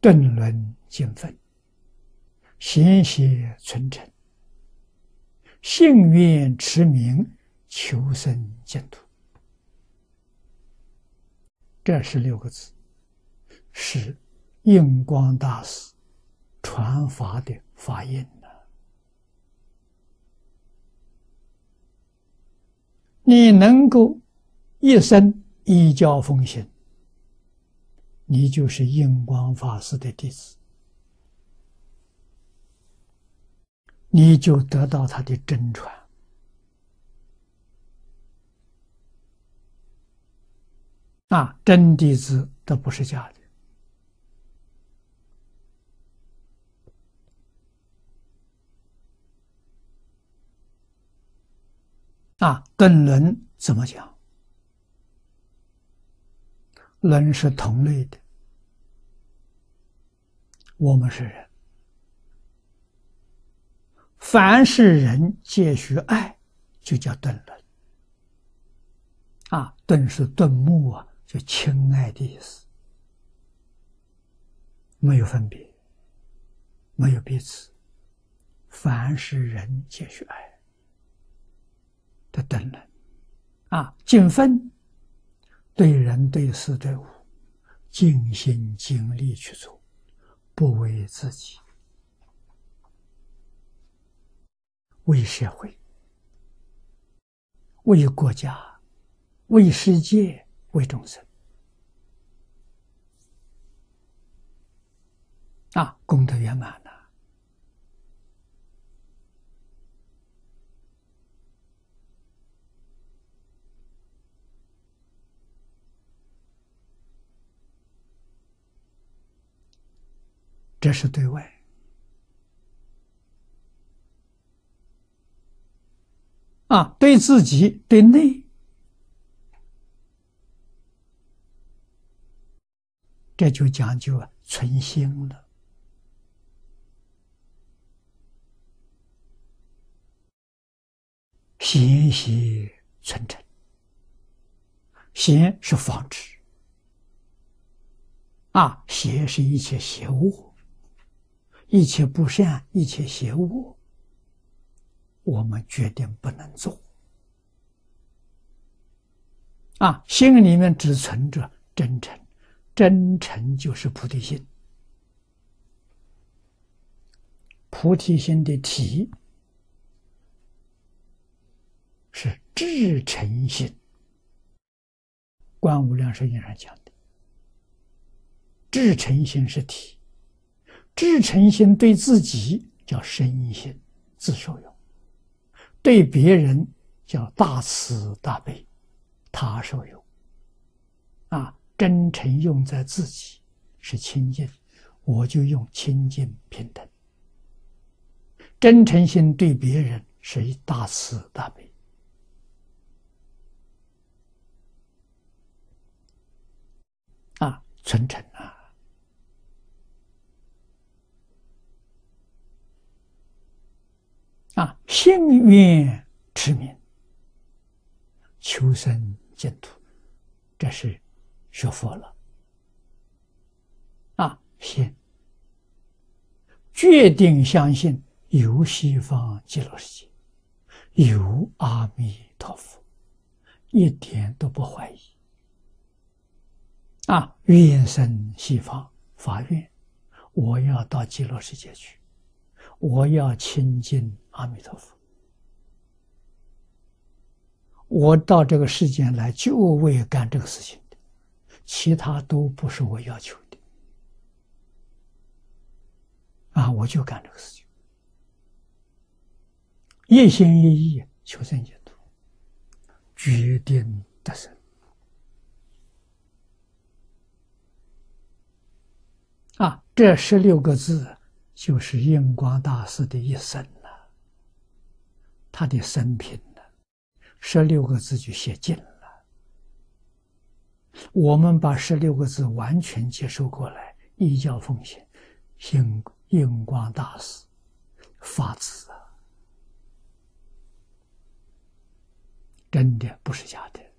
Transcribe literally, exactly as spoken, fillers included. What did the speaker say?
顿轮尽分，贤邪存诚，信愿持名，求生净土。这十六个字是印光大师传法的法印呢。你能够一生依教奉行，你就是印光法师的弟子，你就得到他的真传。啊，真弟子都不是假的。啊，顿轮怎么讲？轮是同类的，我们是人，凡是人皆须爱，就叫顿轮。啊，顿是顿目啊，就亲爱的意思，没有分别，没有彼此，凡是人皆须爱的顿轮。啊，尽分对人对事对物尽心尽力去做，不为自己，为社会，为国家，为世界，为众生。啊，功德圆满了。这是对外。啊，对自己，对内，这就讲究啊存心了。贤邪存诚，贤是防止，啊，邪是一切邪恶，一切不善，一切邪恶，我们决定不能做。啊，心里面只存着真诚，真诚就是菩提心。菩提心的体是至诚心，观无量寿经上讲的，至诚心是体，至诚心对自己叫身心自受用，对别人叫大慈大悲他受用。啊，真诚用在自己是清净，我就用清净平等。真诚心对别人是大慈大悲。啊，存诚啊！啊，信愿持名，求生净土，这是学佛了。啊，信，决定相信有西方极乐世界，有阿弥陀佛，一点都不怀疑。啊，愿生西方发愿，我要到极乐世界去，我要亲近阿弥陀佛，我到这个世间来就为干这个事情的，其他都不是我要求的。啊，我就干这个事情，一心一意求生净土，决定得生。啊，这十六个字就是印光大师的一生了，他的生平了，十六个字就写尽了。我们把十六个字完全接受过来，依教奉行，印印光大师法子啊，真的不是假的。